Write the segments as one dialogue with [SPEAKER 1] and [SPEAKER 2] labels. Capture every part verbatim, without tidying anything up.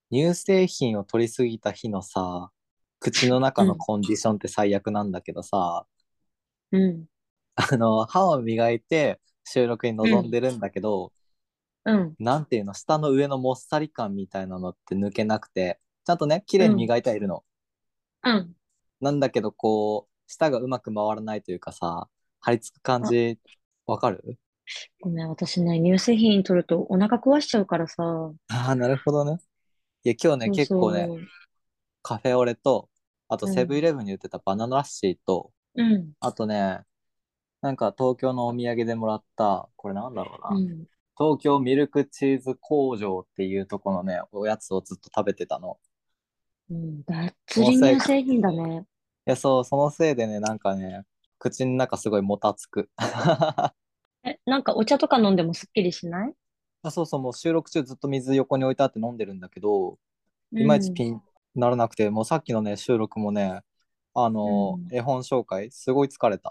[SPEAKER 1] 乳製品を取りすぎた日のさ、口の中の
[SPEAKER 2] うん、
[SPEAKER 1] コンディションって最悪なんだけどさ、
[SPEAKER 2] うん、
[SPEAKER 1] あの、歯を磨いて収録に
[SPEAKER 2] うん、
[SPEAKER 1] 臨んでるんだけど、
[SPEAKER 2] うん、
[SPEAKER 1] なんていうの、下の上のもっさり感みたいなのって抜けなくて、ちゃんとね、綺麗に
[SPEAKER 2] うん、
[SPEAKER 1] 磨いてはいるの。
[SPEAKER 2] うん。
[SPEAKER 1] なんだけど、こう、舌がうまく回らないというかさ、張り付く感
[SPEAKER 2] あ、
[SPEAKER 1] じ、わかる？
[SPEAKER 2] ごめん、私ね、乳製品取るとお腹壊しちゃうからさ。
[SPEAKER 1] ああー、なるほどね。いや、今日ね、
[SPEAKER 2] そう
[SPEAKER 1] 結構ね、
[SPEAKER 2] そ
[SPEAKER 1] カフェオレと、あと
[SPEAKER 2] う。う
[SPEAKER 1] セブンイ
[SPEAKER 2] ん、
[SPEAKER 1] レブンに売ってたバナナラッシーと、
[SPEAKER 2] うん、
[SPEAKER 1] あとね、なんか東京のお土産でもらった、これなんだろうな。
[SPEAKER 2] うん、
[SPEAKER 1] 東京ミルクチーズ工場っていうとこのね、おやつをずっと食べてたの。
[SPEAKER 2] うん。がっつり
[SPEAKER 1] そのせいか、
[SPEAKER 2] 乳製品だね。
[SPEAKER 1] いや、そう、そのせいでね、なんかね、口の中すごいもたつく。
[SPEAKER 2] え、なんかお茶とか飲んでもすっきりしない？
[SPEAKER 1] あ、そうそう、もう収録中ずっと水横に置いてあって飲んでるんだけど、いまいち
[SPEAKER 2] うん、
[SPEAKER 1] ピンならなくて、もうさっきのね、収録もね、あの、
[SPEAKER 2] うん。
[SPEAKER 1] 絵本紹介、すごい疲れた。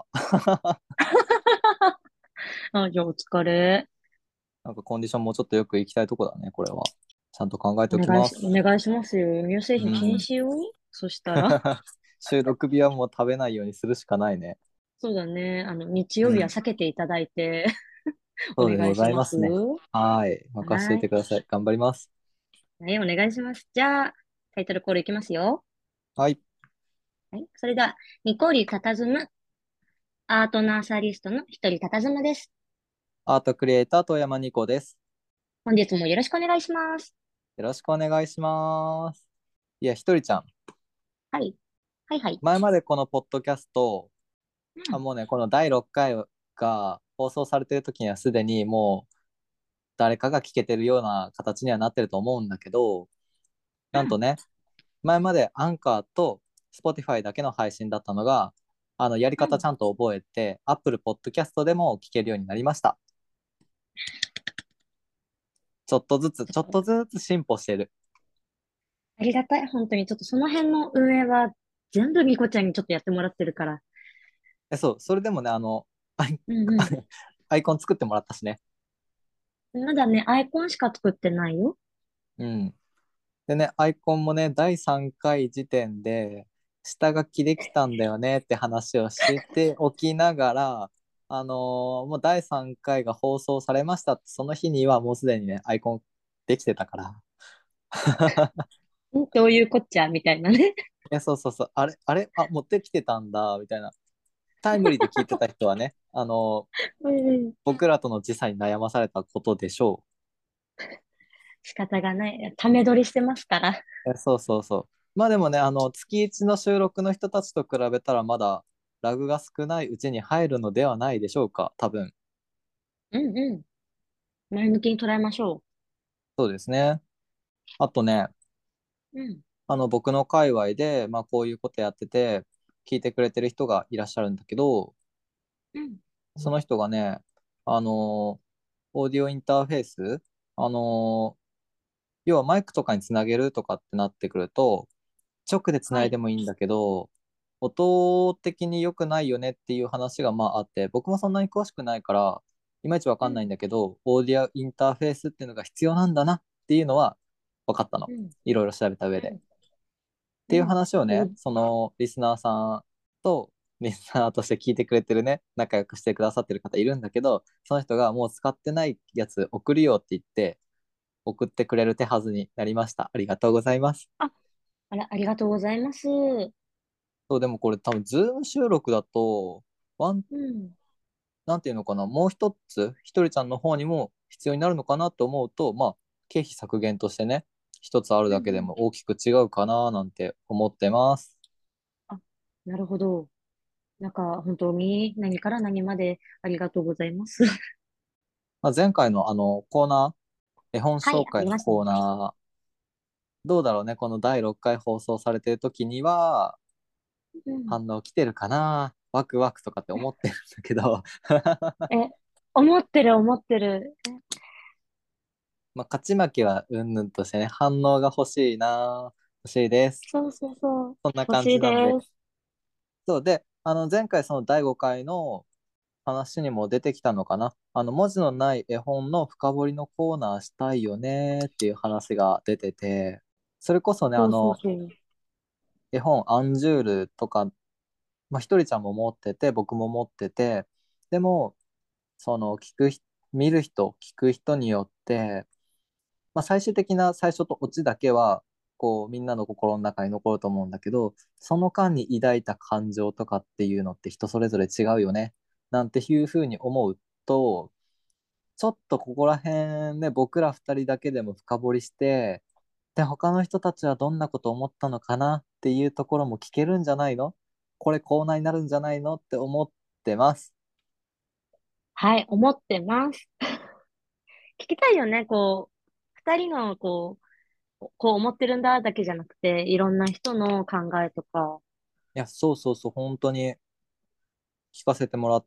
[SPEAKER 2] あ、じゃあお疲れ。
[SPEAKER 1] なんかコンディションもうちょっとよく行きたいとこだね、これは。ちゃんと考えておき
[SPEAKER 2] お願いし、お
[SPEAKER 1] ます。
[SPEAKER 2] 願いしますよ。乳製品禁
[SPEAKER 1] うん。
[SPEAKER 2] 止よ。そしたら。
[SPEAKER 1] 収録日はもう食べないようにするしかないね。
[SPEAKER 2] そうだね。あの、日
[SPEAKER 1] うん。
[SPEAKER 2] 曜日は避けていただいて、お
[SPEAKER 1] そうでご
[SPEAKER 2] 願いします。
[SPEAKER 1] ざいますね。はい。任せてお
[SPEAKER 2] はい。
[SPEAKER 1] いてください。頑張ります。
[SPEAKER 2] はい、お願いします。じゃあ、タイトルコールいきますよ。
[SPEAKER 1] はい。
[SPEAKER 2] はい。それでは、ニコリ佇むアートナーサリストの一人佇むです。
[SPEAKER 1] アートクリエイター、遠山ニコです。
[SPEAKER 2] 本日もよろしくお願いします。
[SPEAKER 1] よろしくお願いします。いや、ひとりちゃん。
[SPEAKER 2] はい。はいはい。
[SPEAKER 1] 前までこのポッドキャスト、あ、
[SPEAKER 2] うん。
[SPEAKER 1] もうね、このだいろっかいが放送されてる時にはすでにもう誰かが聞けてるような形にはなってると思うんだけど、
[SPEAKER 2] うん。
[SPEAKER 1] なんとね、前までアンカーと Spotify だけの配信だったのが、あの、やり
[SPEAKER 2] うん。
[SPEAKER 1] 方ちゃんと覚えて、Apple Podcast でも聞けるようになりました。ちょっとずつ、ちょっとずつ進歩してる。
[SPEAKER 2] ありがたい。本当に。ちょっとその辺の運営は全部みこちゃんにちょっとやってもらってるから。
[SPEAKER 1] え、そう、それでもね、あの、アイ、
[SPEAKER 2] うんうん。
[SPEAKER 1] アイコン作ってもらったしね。
[SPEAKER 2] まだね、アイコンしか作ってないよ。
[SPEAKER 1] うん。でね、アイコンもね、だいさんかい時点で、下書きできたんだよねって話をしておきながら、あのーもうだいさんかいが放送されましたって、その日にはもうすでにね、アイコンできてたから。
[SPEAKER 2] んどういうこっちゃみたいなね。
[SPEAKER 1] え、そうそうそう、あれ、あれ、あ、持ってきてたんだ、みたいな。タイムリーで聞いてた人はね、あのー
[SPEAKER 2] うん。
[SPEAKER 1] 僕らとの時差に悩まされたことでしょ
[SPEAKER 2] 仕方がない。ため撮りしてますから。
[SPEAKER 1] う。え、そうそうそう。まあでもね、あの、月いちの収録の人たちと比べたら、まだラグが少ないうちに入るのではないでしょうか、多分。
[SPEAKER 2] うんうん。前向きに捉えましょ
[SPEAKER 1] そうですね。あとね、
[SPEAKER 2] う。うん。
[SPEAKER 1] あの、僕の界隈で、まあ、こういうことやってて、聞いてくれてる人がいらっしゃるんだけど、
[SPEAKER 2] うん。
[SPEAKER 1] その人がね、あの、オーディオインターフェース、あの、要はマイクとかにつなげるとかってなってくると、直でつ
[SPEAKER 2] はい。
[SPEAKER 1] ないでもいいんだけど、音的に良くないよねっていう話がまああって、僕もそんなに詳しくないから、いまいちわかんないん
[SPEAKER 2] うん。
[SPEAKER 1] だけど、オーディオインターフェースっていうのが必要なんだなっていうのは分かったの。
[SPEAKER 2] うん。
[SPEAKER 1] いろいろ調べた上で。っ
[SPEAKER 2] うん。
[SPEAKER 1] ていう
[SPEAKER 2] うん。
[SPEAKER 1] 話をね、
[SPEAKER 2] お、
[SPEAKER 1] そのリスナーさんとリスナーとして聞いてくれてるね、仲良くしてくださってる方いるんだけど、その人がもう使ってないやつ送るよって言って、送ってくれる手はずになりました。ありがとうございます。
[SPEAKER 2] あ、あら、ありがとうございます。う
[SPEAKER 1] そう、でもこれ多分、ズーム収録だと、ワン、
[SPEAKER 2] ん。
[SPEAKER 1] なんていうのかな、もう一つ、ひとりちゃんの方にも必要になるのかなと思うと、まあ、経費削減としてね、一つある
[SPEAKER 2] うん。
[SPEAKER 1] だけで
[SPEAKER 2] うん。
[SPEAKER 1] も大きく違うかななんて思ってます。
[SPEAKER 2] あ、なるほど。なんか、本当に何から何までありがとうございます。
[SPEAKER 1] まあ、前回のあのコーナー、絵本
[SPEAKER 2] はい、
[SPEAKER 1] 紹介の
[SPEAKER 2] ありましたね。
[SPEAKER 1] コーナー、どうだろうね、このだいろっかい放送されてる時には、
[SPEAKER 2] うん。
[SPEAKER 1] 反応来てるかな、ワクワクとかって思ってるんだけど、
[SPEAKER 2] え、思ってる思ってる。
[SPEAKER 1] まあ、勝ち負けはうんぬんとしてね、反応が欲しいな、欲しいです。
[SPEAKER 2] そうそうそう。
[SPEAKER 1] そんな感
[SPEAKER 2] 欲しいで
[SPEAKER 1] じなんで。
[SPEAKER 2] す。
[SPEAKER 1] そうで、あの前回そのだいごかいの話にも出てきたのかな。あの文字のない絵本の深掘りのコーナーしたいよねっていう話が出てて、 それこそね、
[SPEAKER 2] そうそう
[SPEAKER 1] あの、
[SPEAKER 2] そう。
[SPEAKER 1] 絵本アンジュールとか、まあ、ひとりちゃんも持ってて、僕も持ってて、でも、その、聞く人、見る人、聞く人によって、まあ、最終的な最初とオチだけは、こう、みんなの心の中に残ると思うんだけど、その間に抱いた感情とかっていうのって人それぞれ違うよね。なんていうふうに思うと、ちょっとここら辺ね、僕ら二人だけでも深掘りして、で、他の人たちはどんなこと思ったのかなっていうところも聞けるんじゃないの？これコーナーになるんじゃないのって思ってます。
[SPEAKER 2] はい、思ってます。聞きたいよね、こう、二人の、こう、こう思ってるんだだけじゃなくて、いろんな人の考えとか。
[SPEAKER 1] いや、そうそうそう、本当に聞かせてもらって、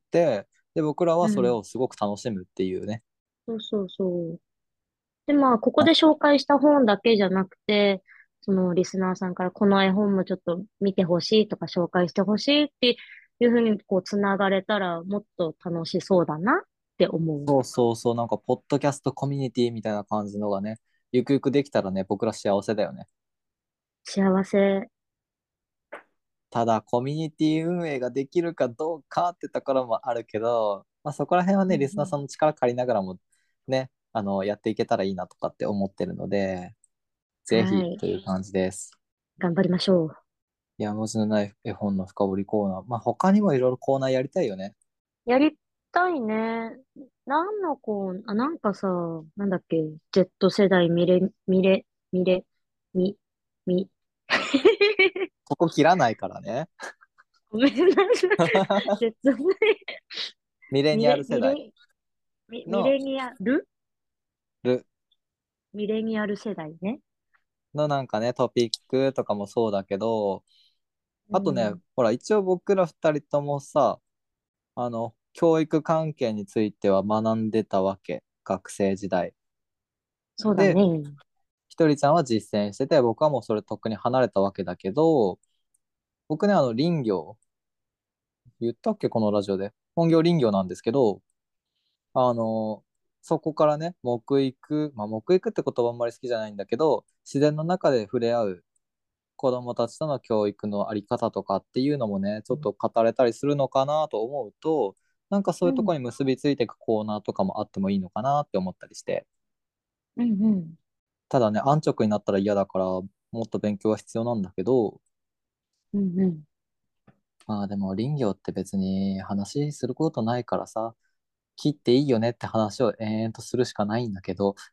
[SPEAKER 1] で、僕らはそれ
[SPEAKER 2] うん。
[SPEAKER 1] をすごく楽しむっていうね。
[SPEAKER 2] そうそうそう。で、まあ、ここ
[SPEAKER 1] あ、
[SPEAKER 2] で紹介した本だけじゃなくて、そのリスナーさんからこの絵本もちょっと見てほしいとか紹介してほしいっていうふうにこうつながれたらもっと楽しそうだなって思う。
[SPEAKER 1] そうそうそう、なんか、ポッドキャストコミュニティみたいな感じのがね、ゆくゆくできたらね、僕ら幸せだよね。
[SPEAKER 2] 幸せ。
[SPEAKER 1] ただ、コミュニティ運営ができるかどうかってところもあるけど、まあ、そこら辺はね、リスナー
[SPEAKER 2] うんう
[SPEAKER 1] さんの力借りながらもね、あの、やっていけたらいいなとかって思ってるので、
[SPEAKER 2] ん。
[SPEAKER 1] ぜひ
[SPEAKER 2] はい。
[SPEAKER 1] という感じです。
[SPEAKER 2] 頑張りましょう。
[SPEAKER 1] いや、文字のない絵本の深掘りコーナー。まあ、他にもいろいろコーナーやりたいよね。
[SPEAKER 2] やりたいね。何の子、あ、なんかさ、なんだっけ、ジェット世代ミレ、ミレ、ミレ、ミ、ミ、
[SPEAKER 1] ここ切らないからね。
[SPEAKER 2] ごめんなさい。ジェット世代、
[SPEAKER 1] ミレニアル
[SPEAKER 2] ミレ、
[SPEAKER 1] 世代
[SPEAKER 2] ミレ、ミ、ミ
[SPEAKER 1] の、
[SPEAKER 2] レニアル
[SPEAKER 1] ル
[SPEAKER 2] ミレニアル世代ね。
[SPEAKER 1] のなんかね、トピックとかもそうだけど、あとね、
[SPEAKER 2] うん。
[SPEAKER 1] ほら、一応僕ら二人ともさ、あの、教育関係については学んでたわけ。学生時代。
[SPEAKER 2] そうだ
[SPEAKER 1] で、
[SPEAKER 2] ね。
[SPEAKER 1] ひとりちゃんは実践してて、僕はもうそれとっくに離れたわけだけど、僕ね、あの、林業、言ったっけこのラジオで。本業林業なんですけど、あの、そこからね、木育、まあ、木育って言葉あんまり好きじゃないんだけど、自然の中で触れ合う子供たちとの教育のあり方とかっていうのもね、ちょっと語れたりするのかなと思うと、なんかそういうとこ
[SPEAKER 2] うん。
[SPEAKER 1] ろに結びついていくコーナーとかもあってもいいのかなって思ったりして。
[SPEAKER 2] うんうん。
[SPEAKER 1] ただね、安直になったら嫌だから、もっと勉強は必要なんだけど、
[SPEAKER 2] うんうん。
[SPEAKER 1] まあでも林業って別に話することないからさ、切っていいよねって話を延々とするしかないんだけど、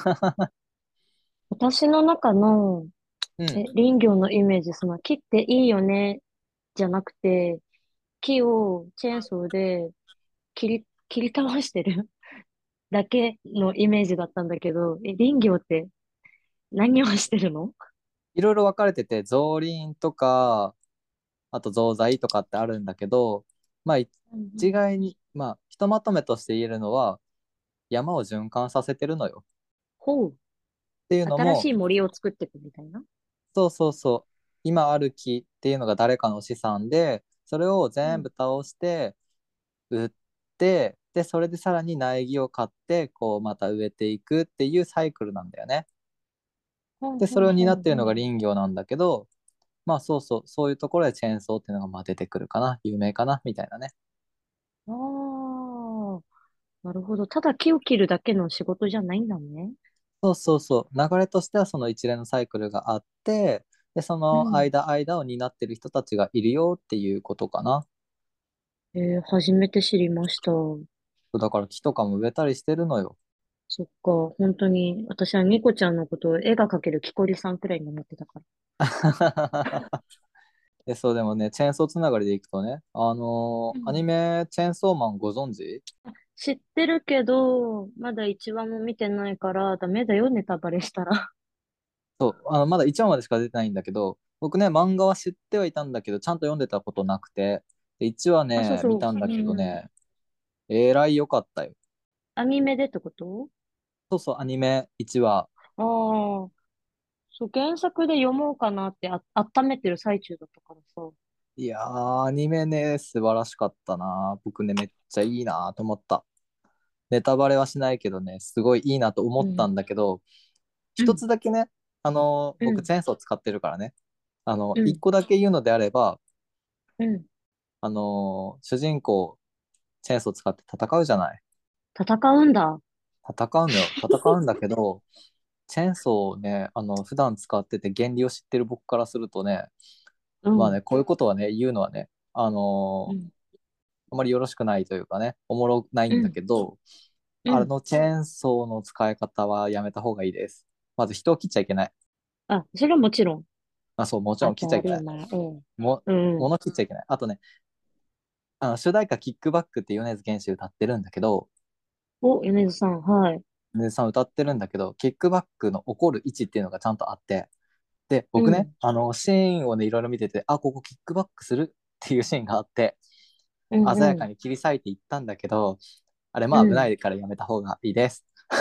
[SPEAKER 2] 私の中の、え、
[SPEAKER 1] うん。
[SPEAKER 2] 林業のイメージ、その、切っていいよね、じゃなくて、木をチェーンソーで切り、切り倒してるだけのイメージだったんだけど、え、林業って何をしてるの？
[SPEAKER 1] いろいろ分かれてて、造林とか、あと造材とかってあるんだけど、まあ一
[SPEAKER 2] うんうん。
[SPEAKER 1] 概に、まあひとまとめとして言えるのは、山を循環させてるのよ。
[SPEAKER 2] ほう。
[SPEAKER 1] っていうのも、
[SPEAKER 2] 新しい森を作っていくみたいな。
[SPEAKER 1] そうそうそう、今ある木っていうのが誰かの資産で、それを
[SPEAKER 2] うん。
[SPEAKER 1] 全部倒して、売って、で、それでさらに苗木を買って、こうまた植えていくっていうサイクルなんだよね。で、
[SPEAKER 2] ほんほん
[SPEAKER 1] それを担っているのが
[SPEAKER 2] ほんほん。
[SPEAKER 1] 林業なんだけど、まあそうそう、そういうところでチェーンソーっていうのがまあ出てくるかな、有名かな、みたいなね。
[SPEAKER 2] ああ、なるほど。ただ木を切るだけの仕事じゃないんだね。
[SPEAKER 1] そうそうそう。流れとしてはその一連のサイクルがあって、で、その
[SPEAKER 2] うん。
[SPEAKER 1] 間間を担ってる人たちがいるよっていうことかな。
[SPEAKER 2] えー、初めて知りました。
[SPEAKER 1] だから木とかも植えたりしてるのよ。
[SPEAKER 2] そっか、本当に、私はニコちゃんのことを絵が描ける木こりさんくらいに思ってたから。
[SPEAKER 1] で、そうでもね、チェーンソーつながりでいくとね、あのーアニ
[SPEAKER 2] うん。
[SPEAKER 1] メチェーンソーマンご存知？
[SPEAKER 2] 知ってるけど、まだ一話も見てないから、ダメだよ、ネタバレしたら。
[SPEAKER 1] そう、あの、まだいちわまでしか出てないんだけど、僕ね、漫画は知ってはいたんだけど、ちゃんと読んでたことなくて、でいちわ
[SPEAKER 2] あ、そう
[SPEAKER 1] ね、見
[SPEAKER 2] そう。
[SPEAKER 1] たんだけど
[SPEAKER 2] うんうん。
[SPEAKER 1] ね、えらい良かったよ。
[SPEAKER 2] アニメでってこと？
[SPEAKER 1] そうそう、アニメいちわ。
[SPEAKER 2] ああ、そう、原作で読もうかなってあ、温めてる最中だったからさ。
[SPEAKER 1] いやー、アニメね、素晴らしかったな。僕ね、めっちゃいいなと思った。ネタバレはしないけどね、すごいいいなと思った
[SPEAKER 2] うん。
[SPEAKER 1] んだけど、一
[SPEAKER 2] うん。
[SPEAKER 1] つだけね、 あの、僕、
[SPEAKER 2] うん、
[SPEAKER 1] チェーンソー使ってるからね。あの、
[SPEAKER 2] うん、
[SPEAKER 1] 一個だけ言うのであれば、
[SPEAKER 2] うん。
[SPEAKER 1] あの、主人公、チェーンソー使って戦うじゃない。
[SPEAKER 2] 戦うんだ。
[SPEAKER 1] 戦うのよ。戦うんだけど、チェーンソーをね、あの、普段使ってて原理を知ってる僕からするとね、
[SPEAKER 2] うん、
[SPEAKER 1] まあね、こういうことはね、言うのはね、あの
[SPEAKER 2] うん、
[SPEAKER 1] あまりよろしくないというかね、おもろないんだ
[SPEAKER 2] うん、
[SPEAKER 1] けど、
[SPEAKER 2] うん。
[SPEAKER 1] あのチェーンソーの使い方はやめた方がいいです。まず人を切っちゃいけない。
[SPEAKER 2] あ、それはもちろん。
[SPEAKER 1] あ、そう、もちろん切っちゃいけない。
[SPEAKER 2] 当たり前。うん。
[SPEAKER 1] も、
[SPEAKER 2] うん。
[SPEAKER 1] 物切っちゃいけない。あとね、あの主題歌キックバックって米津玄師歌ってるんだけど、
[SPEAKER 2] お、米津さん、はい。
[SPEAKER 1] 米津さん歌ってるんだけど、キックバックの起こる位置っていうのがちゃんとあって、で、僕ね、
[SPEAKER 2] うん、
[SPEAKER 1] あの、シーンをね、いろいろ見てて、あ、ここキックバックするっていうシーンがあって、
[SPEAKER 2] うん、
[SPEAKER 1] 鮮や
[SPEAKER 2] うん。
[SPEAKER 1] かに切り裂いていったんだけど、あれ、
[SPEAKER 2] う
[SPEAKER 1] まあ危な
[SPEAKER 2] ん。
[SPEAKER 1] いからやめた方がいいです。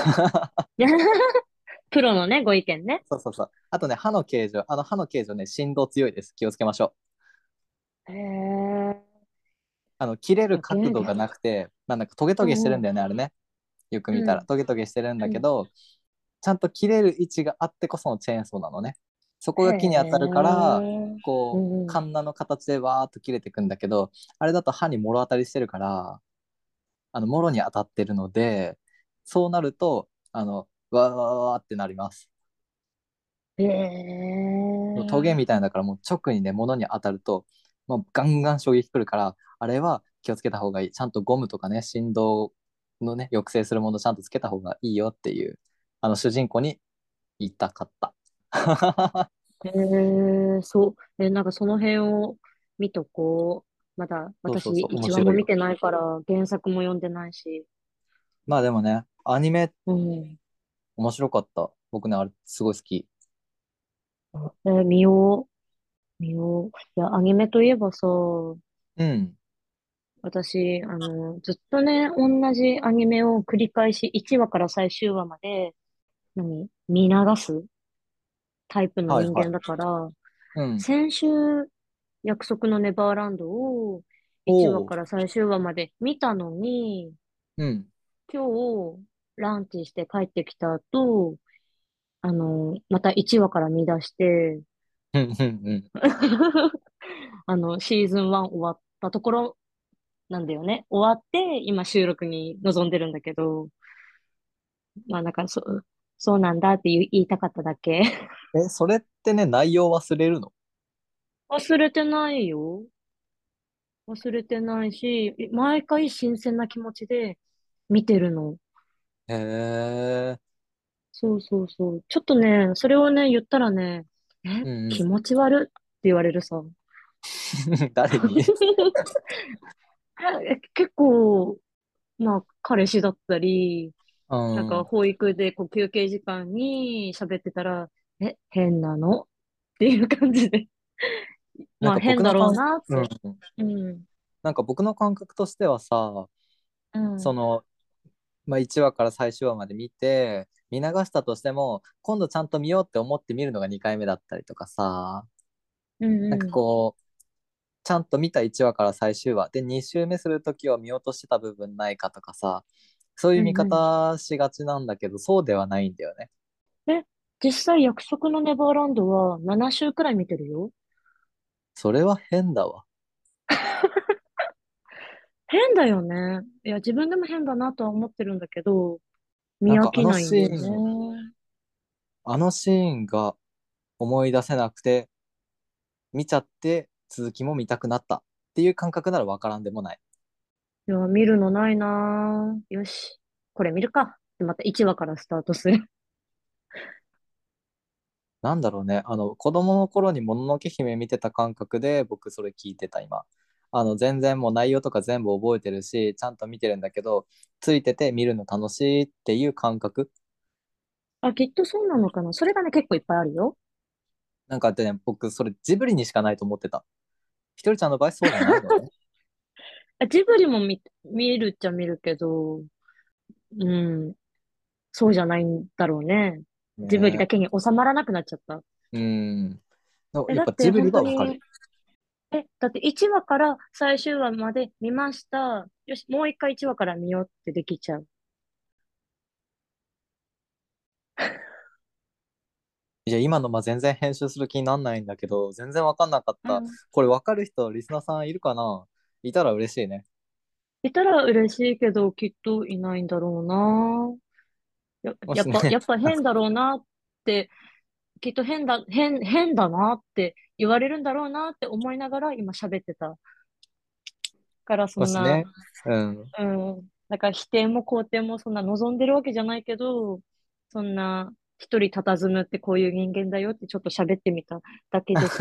[SPEAKER 2] プロのね、ご意見ね。
[SPEAKER 1] そうそうそう。あとね、歯の形状、あの歯の形状ね、振動強いです。気をつけましょう。
[SPEAKER 2] へえ。
[SPEAKER 1] あの、切れる
[SPEAKER 2] あ、げん、
[SPEAKER 1] 角度がなくて、なんだかトゲトゲして
[SPEAKER 2] うん、うん、
[SPEAKER 1] るんだよね、あれね。よく見たら。
[SPEAKER 2] うん、
[SPEAKER 1] トゲトゲしてるんだ
[SPEAKER 2] うん。
[SPEAKER 1] けど、ちゃんと切れる位置があってこそのチェーンソーなのね。そこ
[SPEAKER 2] へ
[SPEAKER 1] が木に当たるから、
[SPEAKER 2] え。う
[SPEAKER 1] こう、
[SPEAKER 2] ん、うん。
[SPEAKER 1] カンナの形でわーっと切れていくんだけど、あれだと歯にもろ当たりしてるから、あの、もろに当たってるので、そうなると、あの、わーわーわーってなります。
[SPEAKER 2] へえ。
[SPEAKER 1] トゲみたいだからもう直にね、物に当たると、もうガンガン衝撃くるから、あれは気をつけた方がいい。ちゃんとゴムとかね、振動のね、抑制するものちゃんとつけた方がいいよっていう、あの主人公に言いたかった。
[SPEAKER 2] へえ、そう。え、なんかその辺を見とこう。まだ私
[SPEAKER 1] そうそうそう、面
[SPEAKER 2] 一話も
[SPEAKER 1] 白いよ。
[SPEAKER 2] 見てないから原作も読んでないし。
[SPEAKER 1] まあでもね、アニメ
[SPEAKER 2] うん。
[SPEAKER 1] 面白かった。僕ね、あれすごい好き。
[SPEAKER 2] えー見よう。見よう。いや、アニメといえばさ、
[SPEAKER 1] うん。
[SPEAKER 2] 私、あの、ずっとね、同じアニメを繰り返しいちわから最終話まで、何見流すタイプの
[SPEAKER 1] はいはい。
[SPEAKER 2] 人間だから、
[SPEAKER 1] うん。
[SPEAKER 2] 先週、約束のネバーランドをいちわ
[SPEAKER 1] おお。
[SPEAKER 2] から最終話まで見たのに、
[SPEAKER 1] うん。
[SPEAKER 2] 今日、ランチして帰ってきた後、あの、またいちわから見出して、
[SPEAKER 1] うんうんうん。
[SPEAKER 2] あの、シーズンワン終わったところなんだよね。終わって、今収録に臨んでるんだけど、まあ、なんか、そう、そうなんだって言い言いたかっただけ。
[SPEAKER 1] え、それってね、内容忘れるの？
[SPEAKER 2] 忘れてないよ。忘れてないし、毎回新鮮な気持ちで見てるの。
[SPEAKER 1] へえ。
[SPEAKER 2] そうそうそう。ちょっとね、それをね、言ったらね、え、
[SPEAKER 1] うんうん。
[SPEAKER 2] 気持ち悪って言われるさ。
[SPEAKER 1] 誰に？
[SPEAKER 2] え結構、まあ、彼氏だったり、
[SPEAKER 1] う
[SPEAKER 2] なんか
[SPEAKER 1] ん。
[SPEAKER 2] 保育でこう休憩時間に喋ってたら、え、変なのっていう感じで。
[SPEAKER 1] なんか
[SPEAKER 2] まあ変だろう
[SPEAKER 1] 僕の感、うん。
[SPEAKER 2] なって。うん。
[SPEAKER 1] なんか僕の感覚としてはさ、
[SPEAKER 2] うん。
[SPEAKER 1] その、まあ、いちわから最終話まで見て、見流したとしても、今度ちゃんと見ようって思って見るのがにかいめだったりとかさ、なんか
[SPEAKER 2] うんうん。
[SPEAKER 1] こう、ちゃんと見たいちわから最終話でに周目するときは見落としてた部分ないかとかさ、そういう見
[SPEAKER 2] うんうん。
[SPEAKER 1] 方しがちなんだけど、そうではないんだよね。
[SPEAKER 2] え、実際約束のネバーランドはなな週くらい見てるよ。
[SPEAKER 1] それは変だわ。
[SPEAKER 2] 変だよね。いや、自分でも変だなとは思ってるんだけど、見飽
[SPEAKER 1] なんかあの
[SPEAKER 2] きないんだよ
[SPEAKER 1] シーン、
[SPEAKER 2] ね。
[SPEAKER 1] あのシーンが思い出せなくて、見ちゃって続きも見たくなったっていう感覚ならわからんでもない。
[SPEAKER 2] いや、見るのないなぁ。よし。これ見るか。でまたいちわからスタートする。
[SPEAKER 1] なんだろうね。あの、子供の頃にもののけ姫見てた感覚で僕それ聞いてた今。あの、全然もう内容とか全部覚えてるし、ちゃんと見てるんだけど、ついてて見るの楽しいっていう感覚。
[SPEAKER 2] あ、きっとそうなのかな。それがね、結構いっぱいあるよ。
[SPEAKER 1] なんかでね、僕それジブリにしかないと思ってた。ひとりちゃんの場合そうじゃないのね。
[SPEAKER 2] あジブリも見、見るっちゃ見るけど、うん、そうじゃないんだろうね。ジブリだ
[SPEAKER 1] ね
[SPEAKER 2] けに収まらなくなっちゃった。
[SPEAKER 1] え。うん。の
[SPEAKER 2] え、
[SPEAKER 1] やっ
[SPEAKER 2] だって
[SPEAKER 1] ぱジブリ
[SPEAKER 2] 本当に、
[SPEAKER 1] はわかる。
[SPEAKER 2] え、だっていちわから最終話まで見ました。よし、もう一回いちわから見ようってできちゃう。
[SPEAKER 1] いや、今のまあ全然編集する気になんないんだけど、全然わかんなかった。
[SPEAKER 2] うん。
[SPEAKER 1] これわかる人、リスナーさんいるかな？いたら嬉しいね。
[SPEAKER 2] いたら嬉しいけど、きっといないんだろうな。や、
[SPEAKER 1] もしね、
[SPEAKER 2] やっぱ、やっぱ変だろうなって、きっと変だ、変、変だなって言われるんだろうなって思いながら今喋ってたから、そんな、
[SPEAKER 1] もしね、うん。
[SPEAKER 2] うん。だから否定も肯定もそんな望んでるわけじゃないけど、そんな一人佇むってこういう人間だよってちょっと喋ってみただけです。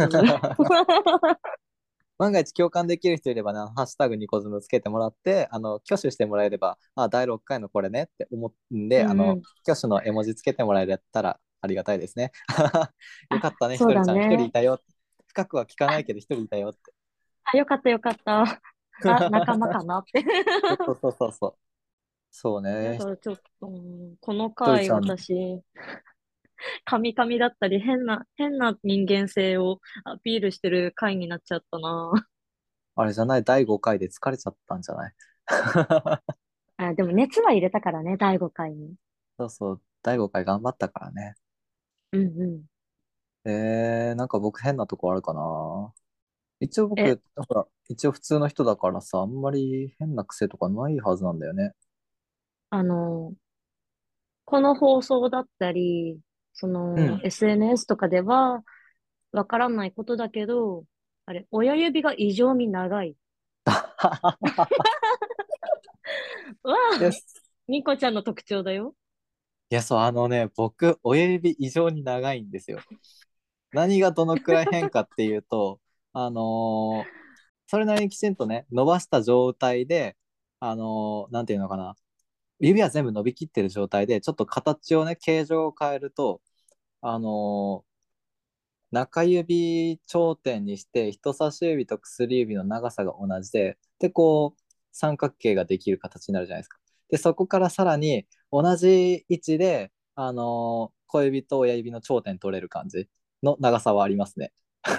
[SPEAKER 1] 万が一共感できる人いればね、ハッシュタグニコズムつけてもらって、あの、挙手してもらえれば、あ、だいろっかいのこれねって思うんで、あの、
[SPEAKER 2] うんうん。
[SPEAKER 1] 挙手の絵文字つけてもらえたらありがたいですね。よか
[SPEAKER 2] あ、
[SPEAKER 1] ったね、ひ
[SPEAKER 2] そう
[SPEAKER 1] とりちゃん、一人
[SPEAKER 2] だね。
[SPEAKER 1] いたよ。深くは聞かない
[SPEAKER 2] あ、
[SPEAKER 1] けど、一人いたよって。
[SPEAKER 2] あよかったよかった。あ、仲間かなって。
[SPEAKER 1] そうそうそうそうそう。そう
[SPEAKER 2] だ
[SPEAKER 1] ね、ひ
[SPEAKER 2] からちょっと、うんこの回
[SPEAKER 1] とりちゃん、
[SPEAKER 2] 私、カミカミだったり変な、変な人間性をアピールしてる回になっちゃったな。
[SPEAKER 1] あれじゃない、だいごかいで疲れちゃったんじゃない？
[SPEAKER 2] あ、でも熱は入れたからね、だいごかいに。
[SPEAKER 1] そうそう、だいごかい頑張ったからね。
[SPEAKER 2] うんうん。
[SPEAKER 1] えー、なんか僕変なとこあるかな。一応
[SPEAKER 2] え、
[SPEAKER 1] 僕、なんか、一応普通の人だからさ、あんまり変な癖とかないはずなんだよね。
[SPEAKER 2] あの、この放送だったり、その
[SPEAKER 1] うん。
[SPEAKER 2] エスエヌエス とかではわからないことだけど、あれ、親指が異常に長い。わ
[SPEAKER 1] いや、
[SPEAKER 2] あ、ニコちゃんの特徴だよ。
[SPEAKER 1] いや、そう、あのね、僕、親指異常に長いんですよ。何がどのくらい変かっていうと、あのーそれなりにきちんとね、伸ばした状態で、あのーなんていうのかな、指は全部伸びきってる状態で、ちょっと形をね、形状を変えると、あのー中指頂点にして人差し指と薬指の長さが同じで、で、こう、三角形ができる形になるじゃないですか。で、そこからさらに同じ位置で、あのー小指と親指の頂点取れる感じの長さはありますね。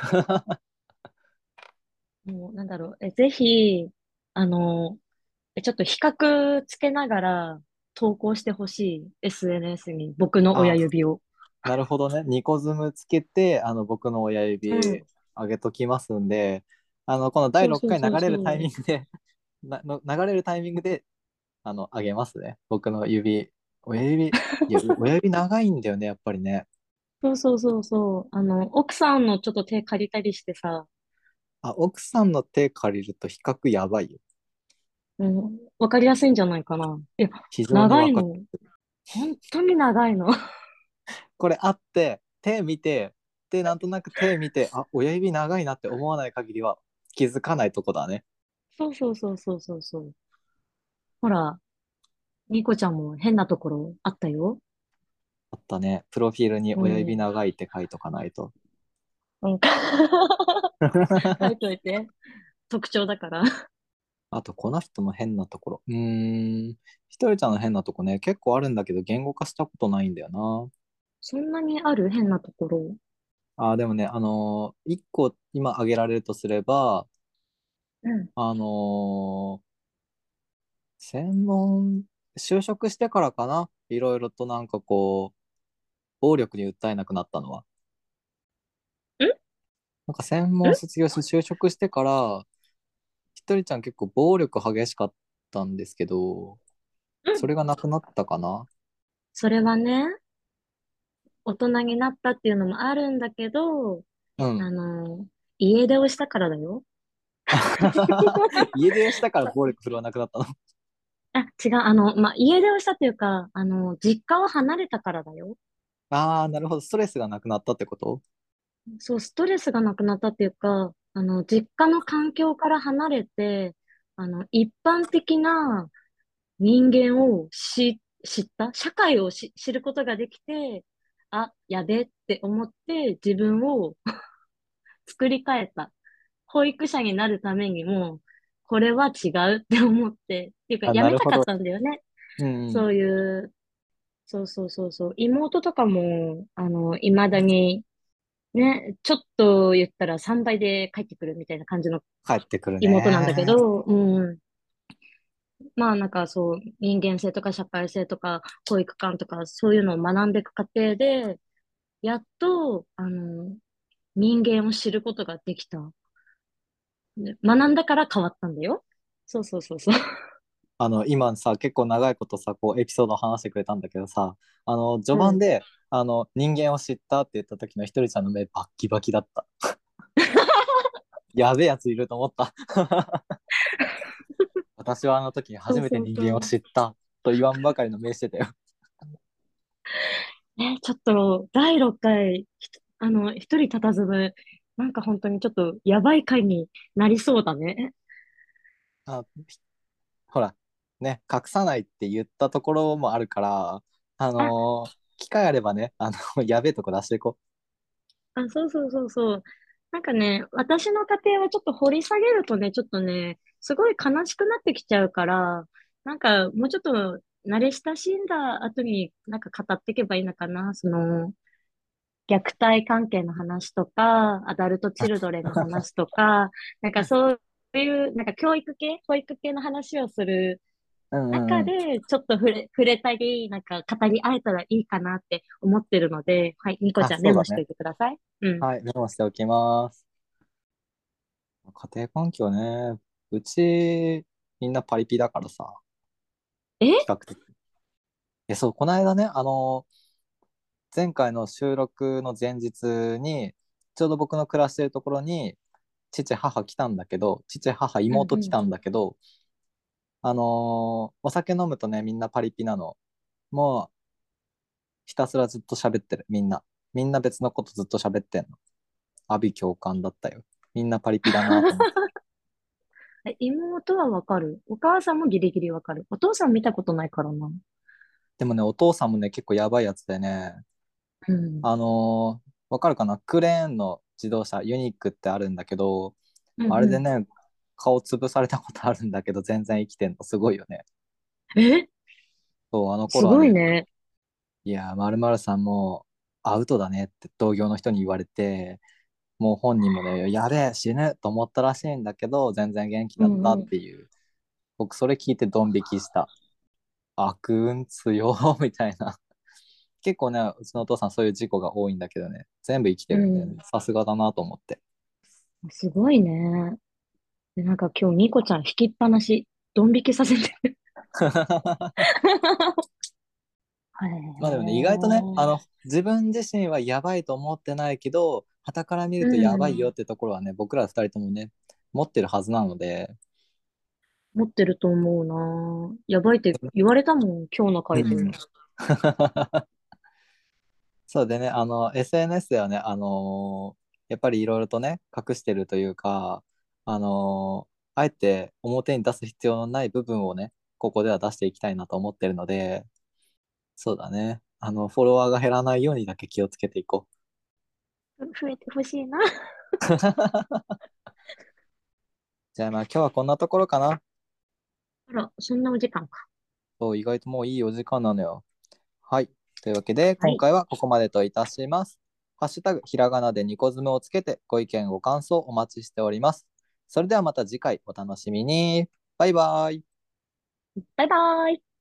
[SPEAKER 2] もう、なんだろう。え、ぜひ、あの、えちょっと比較つけながら投稿してほしい。エスエヌエス に僕の親
[SPEAKER 1] あ、
[SPEAKER 2] 指を。
[SPEAKER 1] なるほどね。ニコズムつけて、あの、僕の親指
[SPEAKER 2] うん。
[SPEAKER 1] 上げときますんで、あの、このだい6
[SPEAKER 2] そうそう
[SPEAKER 1] 回流れるタイ
[SPEAKER 2] そうそう。
[SPEAKER 1] ミングでなの流れるタイミングであの、あげますね。僕の指。親指、いや、親指長いんだよね、やっぱりね。
[SPEAKER 2] そうそうそうそう。あの、奥さんのちょっと手借りたりしてさ、
[SPEAKER 1] あ、奥さんの手借りると比較やばいよ。
[SPEAKER 2] うん、わかりやすいんじゃないかな。いや、
[SPEAKER 1] 非常にわかる。
[SPEAKER 2] 長いの。本当に長いの。
[SPEAKER 1] これあって、手見て、で、なんとなく手見て、あ、親指長いなって思わない限りは気づかないとこだね。
[SPEAKER 2] そうそうそうそうそうそう。ほら、ニコちゃんも変なところあったよ。
[SPEAKER 1] あったね。プロフィールに親指
[SPEAKER 2] うん。
[SPEAKER 1] 長いって書いとかないと。
[SPEAKER 2] うん。書いといて。特徴だから。
[SPEAKER 1] あと、この人の変なところ。うーん。ひとりちゃんの変なとこね、結構あるんだけど、言語化したことないんだよな。
[SPEAKER 2] そんなにある変なところ。
[SPEAKER 1] あー、でもね、あのー、一個今挙げられるとすれば、
[SPEAKER 2] うん。
[SPEAKER 1] あのー専門、就職してからかな、いろいろとなんかこう、暴力に訴えなくなったのは。
[SPEAKER 2] ん
[SPEAKER 1] なんか専
[SPEAKER 2] ん
[SPEAKER 1] 門卒業して就職してから、ひとりちゃん結構暴力激しかったんですけど、
[SPEAKER 2] うん
[SPEAKER 1] それがなくなったかな？
[SPEAKER 2] それはね、大人になったっていうのもあるんだけど、あ
[SPEAKER 1] うん。
[SPEAKER 2] の、家出をしたからだよ。
[SPEAKER 1] 家出したから暴力振るわなくなったの？
[SPEAKER 2] あ、違う、あの、まあ、家出をしたっていうか、あの、実家を離れたからだよ。
[SPEAKER 1] ああ、なるほど。ストレスがなくなったってこと？
[SPEAKER 2] そう、ストレスがなくなったっていうか、あの、実家の環境から離れて、あの、一般的な人間を知、知った社会をし知ることができて、あ、やべって思って自分を作り変えた。保育者になるためにも、これは違うって思って、っていうか、
[SPEAKER 1] あ、
[SPEAKER 2] やめたかっ
[SPEAKER 1] なるほど。
[SPEAKER 2] たんだよね。
[SPEAKER 1] うんうん。
[SPEAKER 2] そういう、そうそうそうそう。妹とかも、あの、未だに、ね、ちょっと言ったらさんばいで帰ってくるみたいな感じの
[SPEAKER 1] 帰ってくる
[SPEAKER 2] 妹なんだけ
[SPEAKER 1] ね。
[SPEAKER 2] ど、うん。まあなんかそう、人間性とか社会性とか、教育観とか、そういうのを学んでいく過程で、 やっと、あの、人間を知ることができた。で学んだから変わったんだよ。そうそうそうそう。
[SPEAKER 1] あの、今さ、結構長いことさ、こう、エピソードを話してくれたんだけどさ、あの、序
[SPEAKER 2] うん。
[SPEAKER 1] 盤で、あの、人間を知ったって言った時のひとりちゃんの目、バッキバキだった。やべえやついると思った。私はあの時に
[SPEAKER 2] そう
[SPEAKER 1] 初めて
[SPEAKER 2] そうそう。
[SPEAKER 1] 人間を知ったと言わんばかりの目してたよ。
[SPEAKER 2] え、ちょっと、だいろっかい、ひとあの、一人佇む、なんか本当にちょっと、やばい回になりそうだね。
[SPEAKER 1] あ、ほら、ね、隠さないって言ったところもあるから、あ
[SPEAKER 2] あ、
[SPEAKER 1] のー機会あればね、あの、やべえとこ出していこ
[SPEAKER 2] あ、そうそうそうそう。なんかね、私の家庭はちょっと掘り下げるとね、ちょっとね、すごい悲しくなってきちゃうから、なんかもうちょっと慣れ親しんだ後になんか語っていけばいいのかな。その、虐待関係の話とか、アダルトチルドレンの話とか、なんかそういう、なんか教育系、保育系の話をする
[SPEAKER 1] う。うんうんうん。
[SPEAKER 2] 中で、ちょっと触れ、触れたり、なんか語り合えたらいいかなって思ってるので、はい、ニコ
[SPEAKER 1] あ、
[SPEAKER 2] ちゃんメ
[SPEAKER 1] そうだね。
[SPEAKER 2] モしといてください。うん。
[SPEAKER 1] はい、メモしておきます。家庭環境ね。うち、みんなパリピだからさ、
[SPEAKER 2] え
[SPEAKER 1] 比較的。え、そう、この間ね、あのー前回の収録の前日に、ちょうど僕の暮らしてるところに、父、母来たんだけど、父、母、
[SPEAKER 2] うんうん。
[SPEAKER 1] 妹来たんだけど、あのーお酒飲むとね、みんなパリピなの。もう、ひたすらずっと喋ってる、みんな。みんな別のことずっと喋ってんの。阿鼻共感だったよ。みんなパリピだなと思って。
[SPEAKER 2] え妹はわかる。お母さんもギリギリわかる。お父さん見たことないからな。
[SPEAKER 1] でもね、お父さんもね、結構やばいやつでね、
[SPEAKER 2] うん。
[SPEAKER 1] あのーわかるかな、クレーンの自動車、ユニークってあるんだけど、
[SPEAKER 2] うんう
[SPEAKER 1] あれでね、顔潰されたことあるんだけど、全然生きてんの。すごいよね。
[SPEAKER 2] ん。え
[SPEAKER 1] そう、あの
[SPEAKER 2] す
[SPEAKER 1] 頃はね、
[SPEAKER 2] ごいね。
[SPEAKER 1] いや、まるまるさんもアウトだねって同業の人に言われて、もう本人もね、やべえ、死ぬと思ったらしいんだけど、全然元気だった
[SPEAKER 2] うんうん。
[SPEAKER 1] っていう。僕、それ聞いてドン引きした。悪運強みたいな。結構ね、うちのお父さんそういう事故が多いんだけどね、全部生きてるんで、ね、
[SPEAKER 2] うん。
[SPEAKER 1] さすがだなと思って。
[SPEAKER 2] すごいね。で、なんか今日ニコちゃん引きっぱなし、ドン引きさせてる。へ
[SPEAKER 1] まあでもね、意外とね、あ
[SPEAKER 2] え。
[SPEAKER 1] の、自分自身はやばいと思ってないけど、傍から見
[SPEAKER 2] う
[SPEAKER 1] るとやばいよっ
[SPEAKER 2] ん。
[SPEAKER 1] てところはね、僕ら二人ともね、持ってるはずなので、
[SPEAKER 2] 持ってると思うな。やばいって言われたもん、今日の回で。
[SPEAKER 1] うん。そうでね、あの、エスエヌエス ではね、あのーやっぱりいろいろとね、隠してるというか、あのーあえて表に出す必要のない部分をね、ここでは出していきたいなと思ってるので、そうだね、あの、フォロワーが減らないようにだけ気をつけていこ
[SPEAKER 2] 増えてほしいな。
[SPEAKER 1] う。じゃあまあ今日はこんなところかな。
[SPEAKER 2] あら、そんなお時間か。
[SPEAKER 1] そう、意外ともういいお時間なのよ。はい。というわけで、
[SPEAKER 2] はい。
[SPEAKER 1] 今回はここまでといたします。ハッシュタグ、ひらがなでニコズムをつけて、ご意見、ご感想お待ちしております。それではまた次回お楽しみに。バイバイ。
[SPEAKER 2] バイバーイ。